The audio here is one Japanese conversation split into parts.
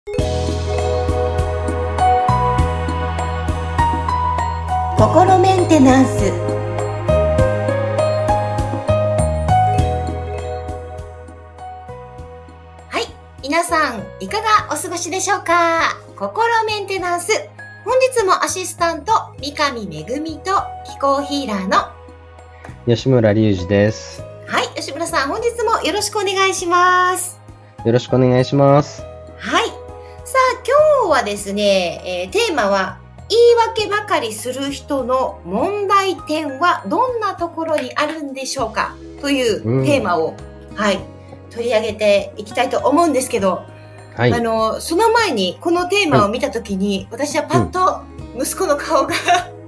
心メンテナンス。はい、皆さんいかがお過ごしでしょうか。心メンテナンス、本日もアシスタント三上めぐみと気候ヒーラーの吉村隆二です。 はい、吉村さん、本日もよろしくお願いします。 よろしくお願いします。 はい、さあ今日はですね、テーマは言い訳ばかりする人の問題点はどんなところにあるんでしょうかというテーマを、はい、取り上げていきたいと思うんですけど、はい、その前にこのテーマを見たときに、私はパッと息子の顔が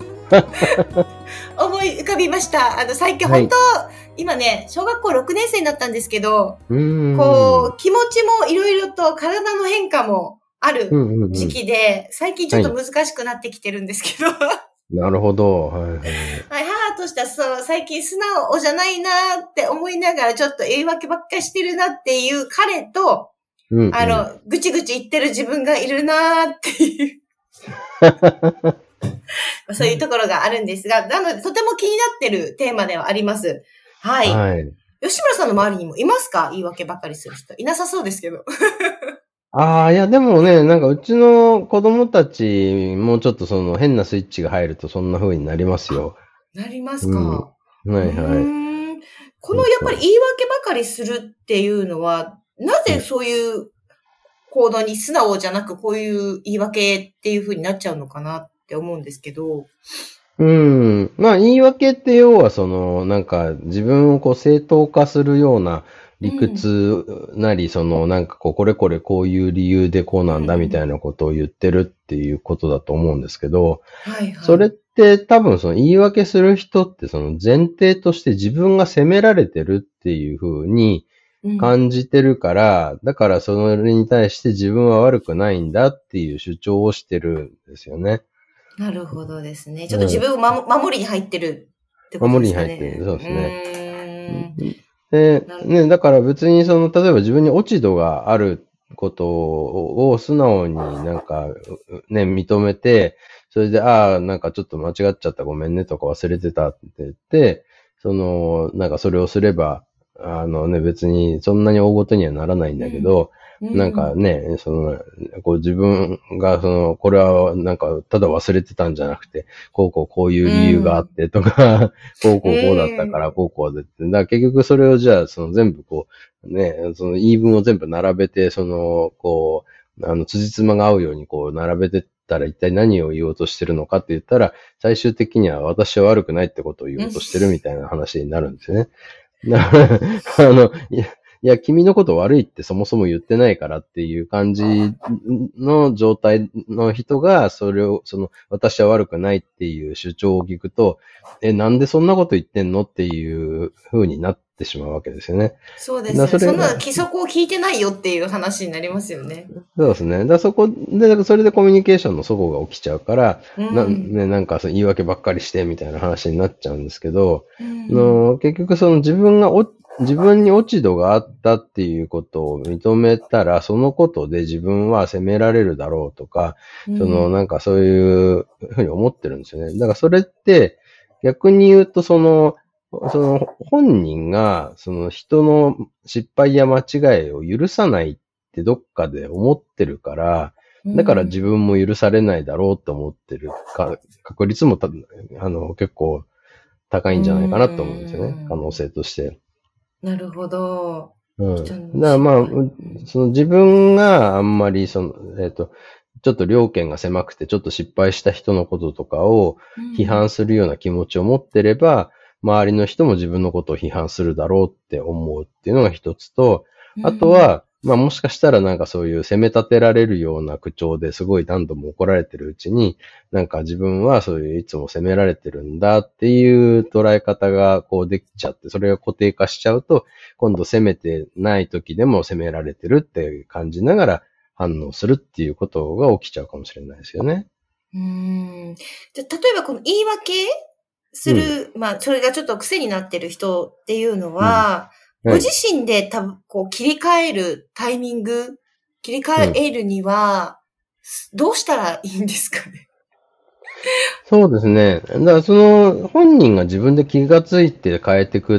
思い浮かびました。最近本当、今ね、小学校6年生になったんですけど、こう、気持ちもいろいろと体の変化もある時期で、最近ちょっと難しくなってきてるんですけど。 なるほど。はいはい。はい、 母としてはそう、最近素直じゃないなって思いながらちょっと言い訳ばっかりしてるなっていう彼と、ぐちぐち言ってる自分がいるなっていう。そういうところがあるんですが、なのでとても気になってるテーマではあります。はい。はい、吉村さんの周りにもいますか？言い訳ばっかりする人。いなさそうですけど。 いやでもね、なんかうちの子供たちもちょっとその変なスイッチが入るとそんな風になりますよ。 なりますか。 はいはい。 このやっぱり言い訳ばかりするっていうのは、なぜそういう行動に素直じゃなくこういう言い訳っていう風になっちゃうのかなって思うんですけど。 まあ言い訳って要はそのなんか自分をこう正当化するような理屈なり、そのなんかこれこれこういう理由でこうなんだみたいなことを言ってるっていうことだと思うんですけど、それって多分その言い訳する人ってその前提として自分が責められてるっていう風に感じてるから、だからそれに対して自分は悪くないんだっていう主張をしてるんですよね。 なるほどですね。ちょっと自分を守りに入ってるってことですかね。 守りに入ってる。そうですね。ね、だから別にその、例えば自分に落ち度があることを素直になんか、ね、認めて、それで、なんかちょっと間違っちゃったごめんねとか忘れてたって言って、その、なんかそれをすれば、別にそんなに大ごとにはならないんだけど、なんかね、その、こう自分がこれはなんかただ忘れてたんじゃなくて、こういう理由があってとか、こうだったからこうでって。だから結局それをじゃあ全部ね、その言い分を全部並べて、辻褄が合うように並べてったら一体何を言おうとしてるのかって言ったら、最終的には私は悪くないってことを言おうとしてるみたいな話になるんですよね。いや、君のこと悪いってそもそも言ってないからっていう感じの状態の人が、私は悪くないっていう主張を聞くと、なんでそんなこと言ってんのっていう風になってしまうわけですよね。 そうですね。そんな規則を聞いてないよっていう話になりますよね。 そうですね。それでコミュニケーションの齟齬が起きちゃうから、なんか言い訳ばっかりしてみたいな話になっちゃうんですけど、結局自分に落ち度があったっていうことを認めたら、そのことで自分は責められるだろうとか、なんかそういうふうに思ってるんですよね。だからそれって、逆に言うと本人が、人の失敗や間違いを許さないってどっかで思ってるから、だから自分も許されないだろうと思ってる確率も結構高いんじゃないかなと思うんですよね。可能性として。 なるほど。 だからまあ、自分があんまりちょっと両権が狭くてちょっと失敗した人のこととかを批判するような気持ちを持ってれば、周りの人も自分のことを批判するだろうって思うっていうのが一つと、あとは、まあもしかしたらなんかそういう責め立てられるような口調ですごい何度も怒られてるうちに、なんか自分はそういういつも責められてるんだっていう捉え方ができちゃって、それが固定化しちゃうと、今度責めてない時でも責められてるって感じながら反応するっていうことが起きちゃうかもしれないですよね。 じゃ例えばこの言い訳する、まあ、それがちょっと癖になってる人っていうのは、ご自身で切り替えるタイミングっ切り替えるには、どうしたらいいんですかね。 そうですね。だからその本人が自分で気がついて変えていくって、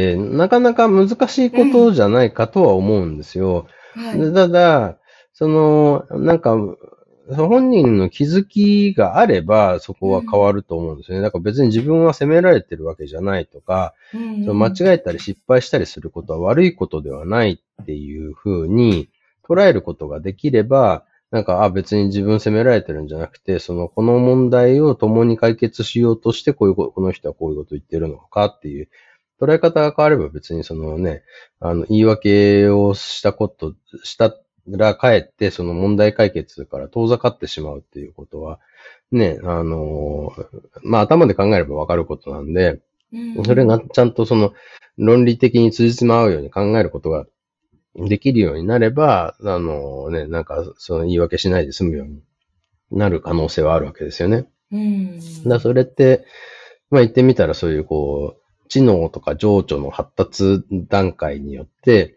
なかなか難しいことじゃないかとは思うんですよ。 はい。 ただ、なんか、その本人の気づきがあれば、そこは変わると思うんですよね。だから別に自分は責められてるわけじゃないとか、その間違えたり失敗したりすることは悪いことではないっていうふうに捉えることができれば、なんか、別に自分責められてるんじゃなくて、この問題を共に解決しようとして、この人はこういうこと言ってるのかっていう、捉え方が変われば別に言い訳をしたらかえって、その問題解決から遠ざかってしまうっていうことは、ね、頭で考えればわかることなんで、それがちゃんと論理的に辻褄合うように考えることができるようになれば、なんか、言い訳しないで済むようになる可能性はあるわけですよね。それって、言ってみたらそういう知能とか情緒の発達段階によって、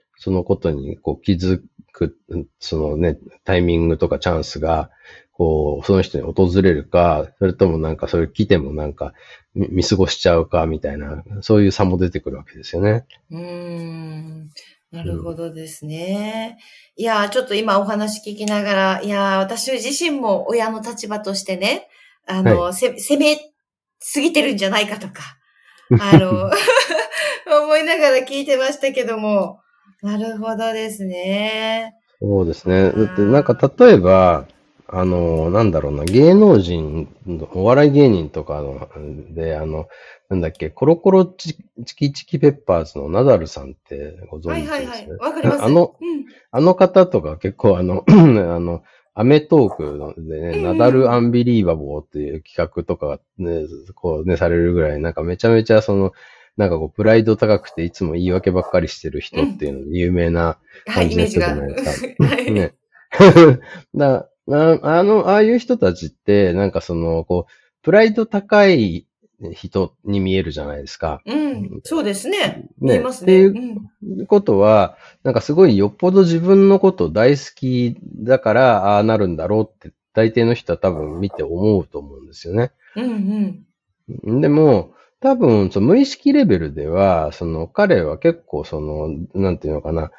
そのことに気づく、タイミングとかチャンスが、その人に訪れるか、それともなんかそれ来てもなんか見過ごしちゃうかみたいな、そういう差も出てくるわけですよね。 なるほどですね。いや、ちょっと今お話聞きながら、いや、私自身も親の立場としてね、攻めすぎてるんじゃないかとか、思いながら聞いてましたけども、なるほどですね。 そうですね。だってなんか例えば、芸能人、お笑い芸人とかで、コロコロチキチキペッパーズのナダルさんってご存知です？ わかります。 あの方とか結構アメトークでね、ナダルアンビリーバボーっていう企画とかね、されるぐらい、なんかめちゃめちゃプライド高くていつも言い訳ばっかりしてる人っていうので有名な感じの人じゃないですか。ね。ああいう人たちって、プライド高い人に見えるじゃないですか。 そうですね。見えますね。 っていうことは、なんかすごいよっぽど自分のこと大好きだから、ああなるんだろうって大抵の人は多分見て思うと思うんですよね。でも、多分、無意識レベルでは、彼は結構、なんていうのかな、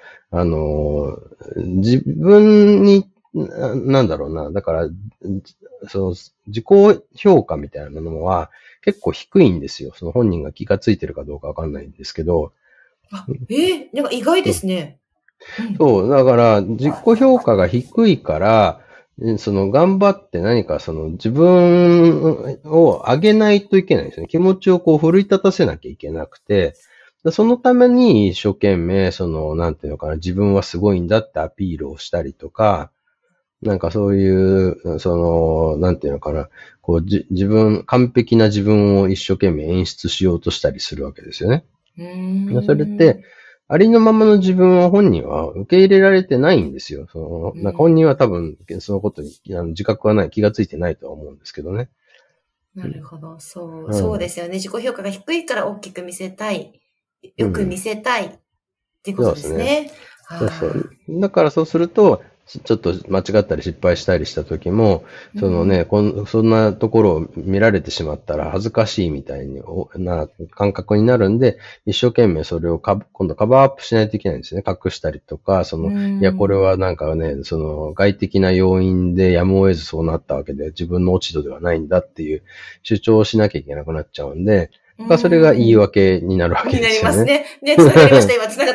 自分に、だから、自己評価みたいなものは結構低いんですよ。本人が気がついてるかどうかわかんないんですけど。 なんか意外ですね。 そう、だから、自己評価が低いから、頑張って何か自分を上げないといけないんですね。気持ちを奮い立たせなきゃいけなくて、そのために一生懸命、なんていうのかな、自分はすごいんだってアピールをしたりとか、なんかそういう、なんていうのかな、完璧な自分を一生懸命演出しようとしたりするわけですよね。それって、ありのままの自分を本人は受け入れられてないんですよ。なんか本人は多分、そのことに自覚はない、気がついてないとは思うんですけどね。 なるほど。そうですよね。自己評価が低いから大きく見せたい。よく見せたい。っていうことですね。 だからそうすると、ちょっと間違ったり失敗したりした時も、そんなところを見られてしまったら恥ずかしいみたいな感覚になるんで、一生懸命それを今度カバーアップしないといけないんですね。隠したりとか、いや、これはなんかね、外的な要因でやむを得ずそうなったわけで、自分の落ち度ではないんだっていう主張をしなきゃいけなくなっちゃうんで、それが言い訳になるわけですよね。 になりますね。ね、繋がりました。今繋がった。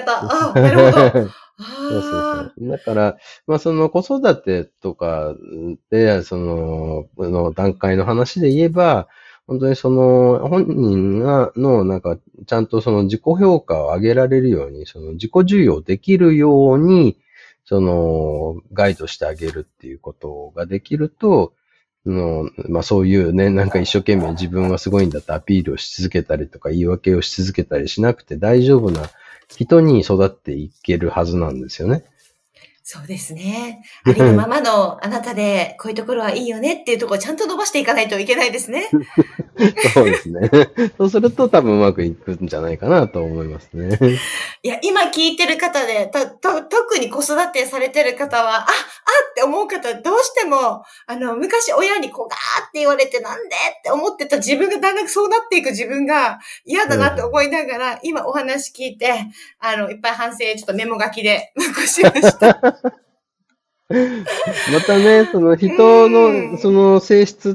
なるほど。 だから、子育てとかで、の段階の話で言えば、本当に本人なんか、ちゃんと自己評価を上げられるように、自己授与できるように、ガイドしてあげるっていうことができると、そういうね、なんか一生懸命自分はすごいんだってアピールをし続けたりとか言い訳をし続けたりしなくて大丈夫な人に育っていけるはずなんですよね。 そうですね。ありのままのあなたで、こういうところはいいよねっていうところをちゃんと伸ばしていかないといけないですね。 そうですね。そうすると多分うまくいくんじゃないかなと思いますね。 いや、今聞いてる方で、特に子育てされてる方は、って思う方、どうしても、昔親にこうガーって言われてなんでって思ってた自分がだんだんそうなっていく自分が嫌だなって思いながら、今お話聞いて、いっぱい反省ちょっとメモ書きで残しました。 またね、その人のその性質って、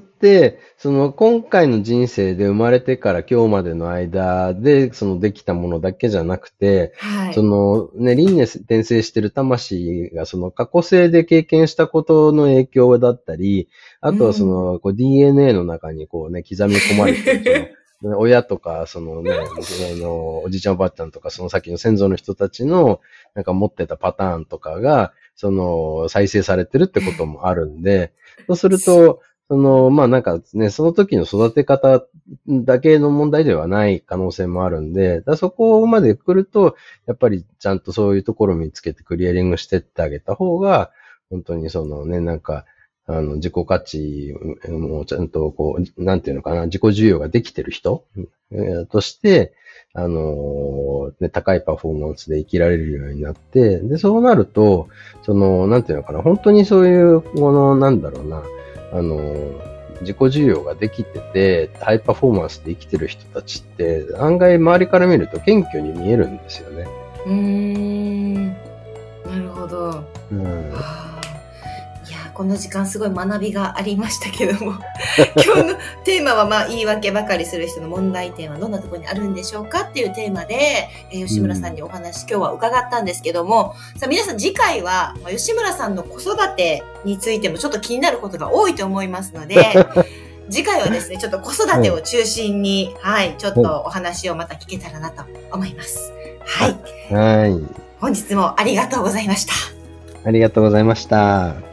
その今回の人生で生まれてから今日までの間でそのできたものだけじゃなくて、 はい。 そのね、輪廻転生してる魂がその過去世で経験したことの影響だったり、あとはそのこう DNA の中にこうね、刻み込まれてるその親とか、そのね、おじいちゃんおばあちゃんとか、その先の先祖の人たちの、なんか持ってたパターンとかが、その、再生されてるってこともあるんで、そうすると、その、まあなんかね、その時の育て方だけの問題ではない可能性もあるんで、そこまで来ると、やっぱりちゃんとそういうところを見つけてクリアリングしてってあげた方が、本当にそのね、なんか、自己価値もちゃんとこう、なんていうのかな、自己需要ができてる人として、ね、高いパフォーマンスで生きられるようになって、で、そうなると、その、なんていうのかな、本当にそういう、なんだろうな、自己需要ができてて、ハイパフォーマンスで生きてる人たちって、案外周りから見ると謙虚に見えるんですよね。 なるほど。 うん、 いや、この時間すごい学びがありましたけども、今日のテーマは、言い訳ばかりする人の問題点はどんなところにあるんでしょうかっていうテーマで、吉村さんにお話、今日は伺ったんですけども、さあ皆さん次回は、吉村さんの子育てについてもちょっと気になることが多いと思いますので、次回はですね、ちょっと子育てを中心に、はい、ちょっとお話をまた聞けたらなと思います。はい。 はい。 本日もありがとうございました。 ありがとうございました。